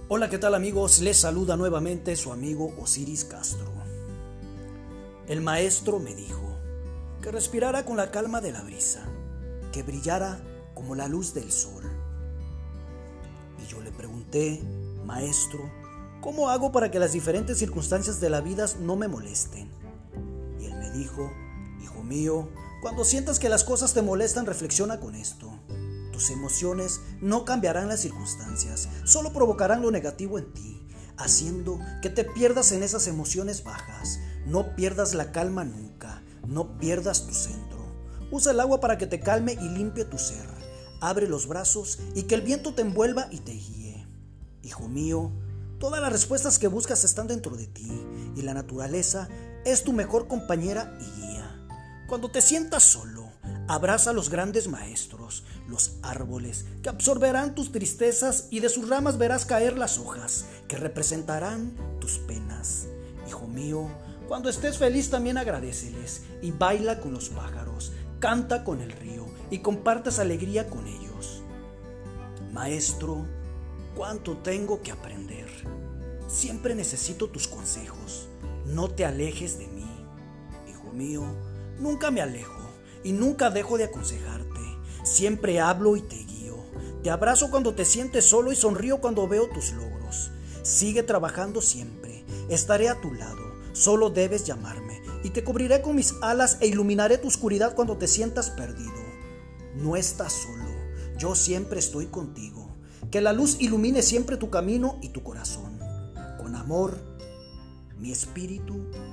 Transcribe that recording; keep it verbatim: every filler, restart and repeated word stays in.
Hola, ¿qué tal amigos? Les saluda nuevamente su amigo Osiris Castro. El maestro me dijo que respirara con la calma de la brisa, que brillara como la luz del sol. Y yo le pregunté, maestro, ¿cómo hago para que las diferentes circunstancias de la vida no me molesten? Y él me dijo, hijo mío, cuando sientas que las cosas te molestan, reflexiona con esto. Tus emociones no cambiarán las circunstancias, solo provocarán lo negativo en ti, haciendo que te pierdas en esas emociones bajas. No pierdas la calma nunca, no pierdas tu centro. Usa el agua para que te calme y limpie tu ser. Abre los brazos y que el viento te envuelva y te guíe. Hijo mío, todas las respuestas que buscas están dentro de ti y la naturaleza es tu mejor compañera y guía. Cuando te sientas solo, abraza a los grandes maestros, los árboles, que absorberán tus tristezas y de sus ramas verás caer las hojas, que representarán tus penas. Hijo mío, cuando estés feliz también agradéceles y baila con los pájaros, canta con el río y compartas alegría con ellos. Maestro, ¿cuánto tengo que aprender? Siempre necesito tus consejos, no te alejes de mí. Hijo mío, nunca me alejo y nunca dejo de aconsejarte. Siempre hablo y te guío. Te abrazo cuando te sientes solo y sonrío cuando veo tus logros. Sigue trabajando siempre. Estaré a tu lado. Solo debes llamarme y te cubriré con mis alas e iluminaré tu oscuridad cuando te sientas perdido. No estás solo. Yo siempre estoy contigo. Que la luz ilumine siempre tu camino y tu corazón. Con amor, mi espíritu